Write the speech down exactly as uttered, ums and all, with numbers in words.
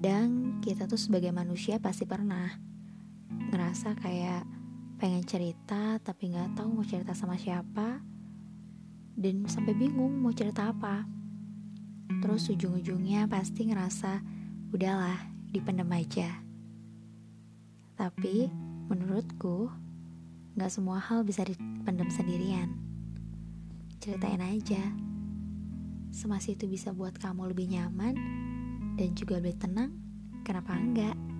Kadang kita tuh sebagai manusia pasti pernah ngerasa kayak pengen cerita tapi gak tahu mau cerita sama siapa, dan sampai bingung mau cerita apa. Terus ujung-ujungnya pasti ngerasa udahlah, dipendam aja. Tapi menurutku gak semua hal bisa dipendam sendirian. Ceritain aja. Semasa itu bisa buat kamu lebih nyaman dan juga lebih tenang, kenapa enggak?